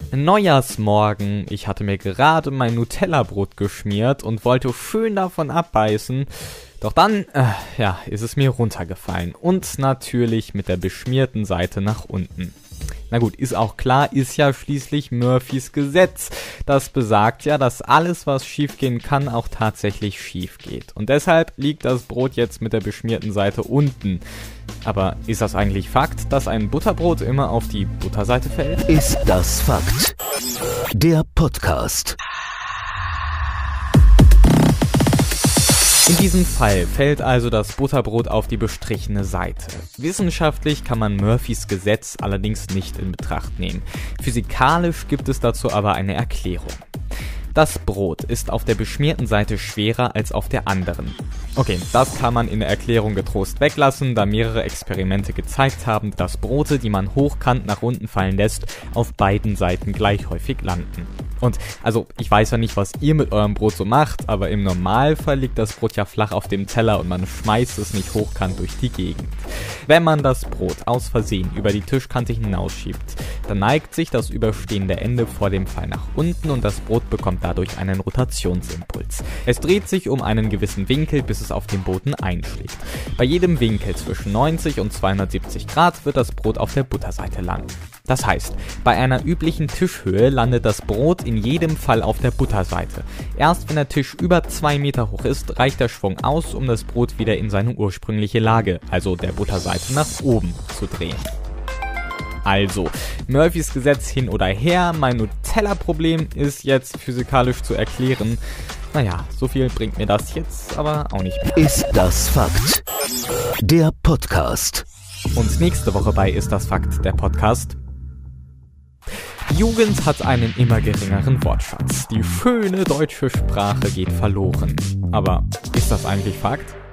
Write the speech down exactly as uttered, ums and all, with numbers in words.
Neujahrsmorgen, ich hatte mir gerade mein Nutella-Brot geschmiert und wollte schön davon abbeißen. Doch dann, äh, ja, ist es mir runtergefallen und natürlich mit der beschmierten Seite nach unten. Na gut, ist auch klar, ist ja schließlich Murphys Gesetz. Das besagt ja, dass alles, was schiefgehen kann, auch tatsächlich schief geht. Und deshalb liegt das Brot jetzt mit der beschmierten Seite unten. Aber ist das eigentlich Fakt, dass ein Butterbrot immer auf die Butterseite fällt? Ist das Fakt? Der Podcast. In diesem Fall fällt also das Butterbrot auf die bestrichene Seite. Wissenschaftlich kann man Murphys Gesetz allerdings nicht in Betracht nehmen. Physikalisch gibt es dazu aber eine Erklärung. Das Brot ist auf der beschmierten Seite schwerer als auf der anderen. Okay, das kann man in der Erklärung getrost weglassen, da mehrere Experimente gezeigt haben, dass Brote, die man hochkant nach unten fallen lässt, auf beiden Seiten gleich häufig landen. Und also, ich weiß ja nicht, was ihr mit eurem Brot so macht, aber im Normalfall liegt das Brot ja flach auf dem Teller und man schmeißt es nicht hochkant durch die Gegend. Wenn man das Brot aus Versehen über die Tischkante hinausschiebt, dann neigt sich das überstehende Ende vor dem Fall nach unten und das Brot bekommt dadurch einen Rotationsimpuls. Es dreht sich um einen gewissen Winkel, bis es auf dem Boden einschlägt. Bei jedem Winkel zwischen neunzig und zweihundertsiebzig Grad wird das Brot auf der Butterseite landen. Das heißt, bei einer üblichen Tischhöhe landet das Brot in jedem Fall auf der Butterseite. Erst wenn der Tisch über zwei Meter hoch ist, reicht der Schwung aus, um das Brot wieder in seine ursprüngliche Lage, also der Butterseite nach oben, zu drehen. Also, Murphys Gesetz hin oder her, mein Nutella-Problem ist jetzt physikalisch zu erklären. Naja, so viel bringt mir das jetzt aber auch nicht mehr. Ist das Fakt? Der Podcast. Und nächste Woche bei Ist das Fakt, der Podcast. Die Jugend hat einen immer geringeren Wortschatz. Die schöne deutsche Sprache geht verloren. Aber ist das eigentlich Fakt?